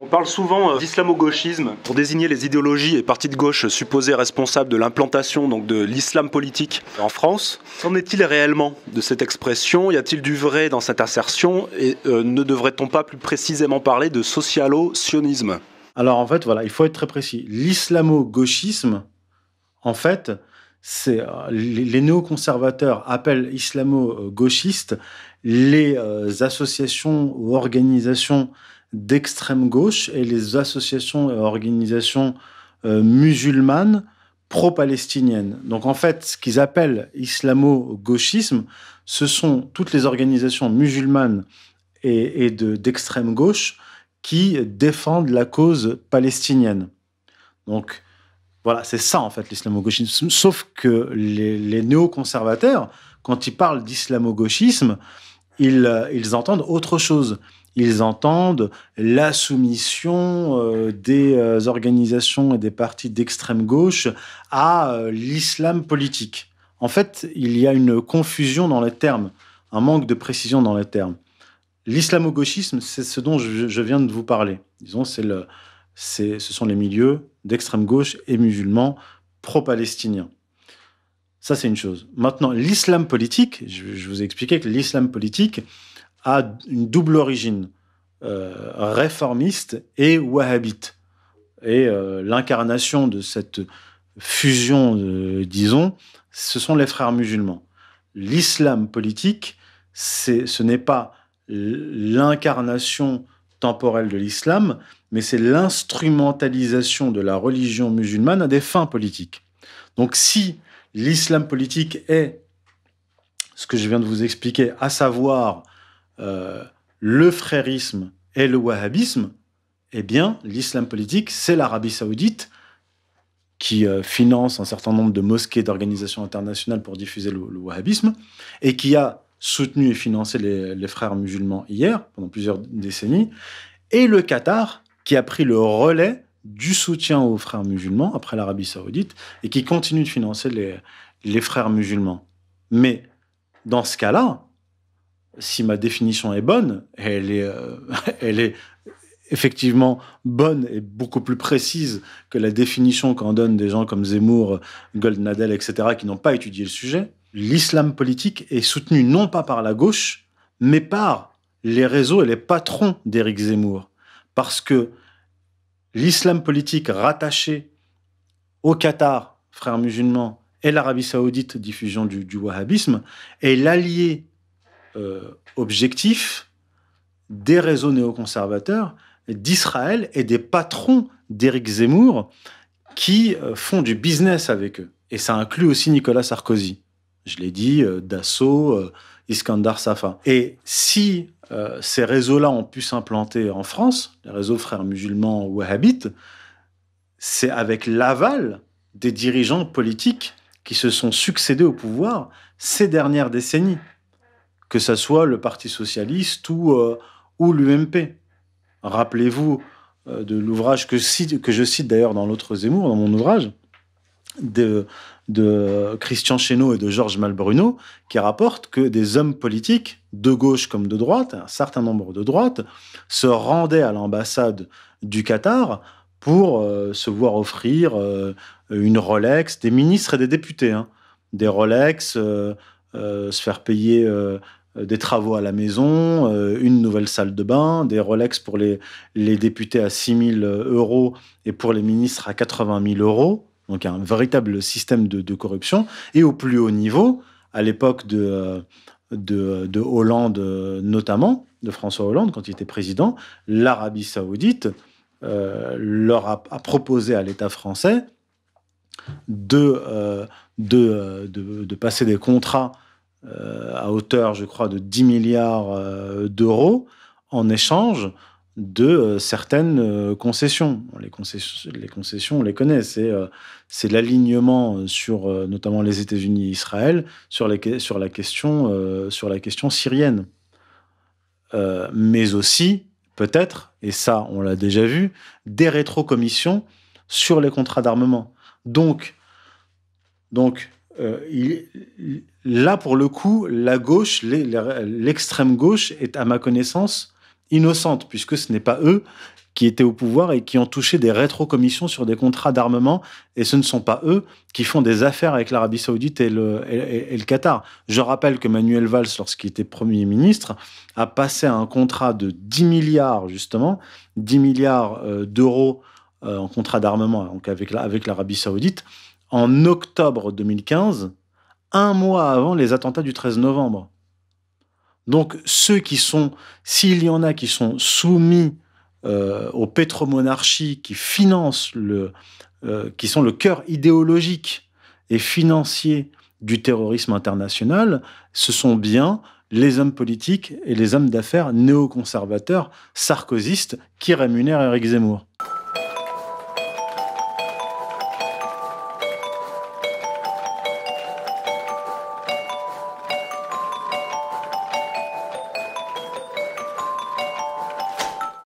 On parle souvent d'islamo-gauchisme pour désigner les idéologies et partis de gauche supposés responsables de l'implantation donc de l'islam politique en France. Qu'en est-il réellement de cette expression? Y a-t-il du vrai dans cette assertion? Et ne devrait-on pas plus précisément parler de socialo-sionisme? Alors en fait, voilà, il faut être très précis. L'islamo-gauchisme, en fait, c'est les néoconservateurs appellent islamo-gauchistes les associations ou organisations d'extrême gauche et les associations et organisations musulmanes pro-palestiniennes. Donc en fait, ce qu'ils appellent islamo-gauchisme, ce sont toutes les organisations musulmanes et d'extrême gauche qui défendent la cause palestinienne. Donc voilà, c'est ça en fait l'islamo-gauchisme. Sauf que les néoconservateurs, quand ils parlent d'islamo-gauchisme, ils entendent autre chose. Ils entendent la soumission des organisations et des partis d'extrême gauche à l'islam politique. En fait, il y a une confusion dans les termes, un manque de précision dans les termes. L'islamo-gauchisme, c'est ce dont je viens de vous parler. Disons, ce sont les milieux d'extrême gauche et musulmans pro-palestiniens. Ça, c'est une chose. Maintenant, l'islam politique, je vous ai expliqué que l'islam politique a une double origine, réformiste et wahhabite. Et l'incarnation de cette fusion, disons, ce sont les frères musulmans. L'islam politique, ce n'est pas l'incarnation temporelle de l'islam, mais c'est l'instrumentalisation de la religion musulmane à des fins politiques. Donc si l'islam politique est ce que je viens de vous expliquer, à savoir le frérisme et le wahhabisme, eh bien, l'islam politique, c'est l'Arabie saoudite qui finance un certain nombre de mosquées d'organisations internationales pour diffuser le wahhabisme et qui a soutenu et financé les frères musulmans hier, pendant plusieurs décennies, et le Qatar, qui a pris le relais du soutien aux frères musulmans après l'Arabie saoudite et qui continue de financer les frères musulmans. Mais dans ce cas-là, si ma définition est bonne, elle est effectivement bonne et beaucoup plus précise que la définition qu'en donnent des gens comme Zemmour, Goldnadel, etc., qui n'ont pas étudié le sujet, l'islam politique est soutenu non pas par la gauche, mais par les réseaux et les patrons d'Éric Zemmour. Parce que l'islam politique rattaché au Qatar, frères musulmans, et l'Arabie saoudite, diffusion du wahhabisme, est l'allié objectif des réseaux néoconservateurs d'Israël et des patrons d'Éric Zemmour qui font du business avec eux. Et ça inclut aussi Nicolas Sarkozy. Je l'ai dit, Dassault, Iskandar Safa. Et si ces réseaux-là ont pu s'implanter en France, les réseaux frères musulmans wahhabites, c'est avec l'aval des dirigeants politiques qui se sont succédés au pouvoir ces dernières décennies, que ce soit le Parti socialiste ou l'UMP. Rappelez-vous de l'ouvrage que je cite d'ailleurs dans l'autre Zemmour, dans mon ouvrage, de Christian Chesneau et de Georges Malbruno, qui rapportent que des hommes politiques, de gauche comme de droite, un certain nombre de droite, se rendaient à l'ambassade du Qatar pour se voir offrir une Rolex, des ministres et des députés, hein, des Rolex, se faire payer des travaux à la maison, une nouvelle salle de bain, des Rolex pour les députés à 6 000 euros et pour les ministres à 80 000 euros. Donc un véritable système de corruption. Et au plus haut niveau, à l'époque de Hollande notamment, de François Hollande, quand il était président, l'Arabie saoudite leur a proposé à l'État français de passer des contrats à hauteur, je crois, de 10 milliards d'euros en échange de certaines concessions. Les concessions, on les connaît. C'est l'alignement sur notamment les États-Unis et Israël sur la question syrienne. Mais aussi, peut-être, et ça, on l'a déjà vu, des rétrocommissions sur les contrats d'armement. Donc là, pour le coup, la gauche, l'extrême gauche est, à ma connaissance, innocente, puisque ce n'est pas eux qui étaient au pouvoir et qui ont touché des rétrocommissions sur des contrats d'armement, et ce ne sont pas eux qui font des affaires avec l'Arabie Saoudite et le Qatar. Je rappelle que Manuel Valls, lorsqu'il était Premier ministre, a passé un contrat de 10 milliards, justement, 10 milliards d'euros en contrat d'armement donc avec l'Arabie Saoudite, en octobre 2015, un mois avant les attentats du 13 novembre. Donc, s'il y en a qui sont soumis aux pétromonarchies qui financent qui sont le cœur idéologique et financier du terrorisme international, ce sont bien les hommes politiques et les hommes d'affaires néoconservateurs sarkozystes qui rémunèrent Éric Zemmour.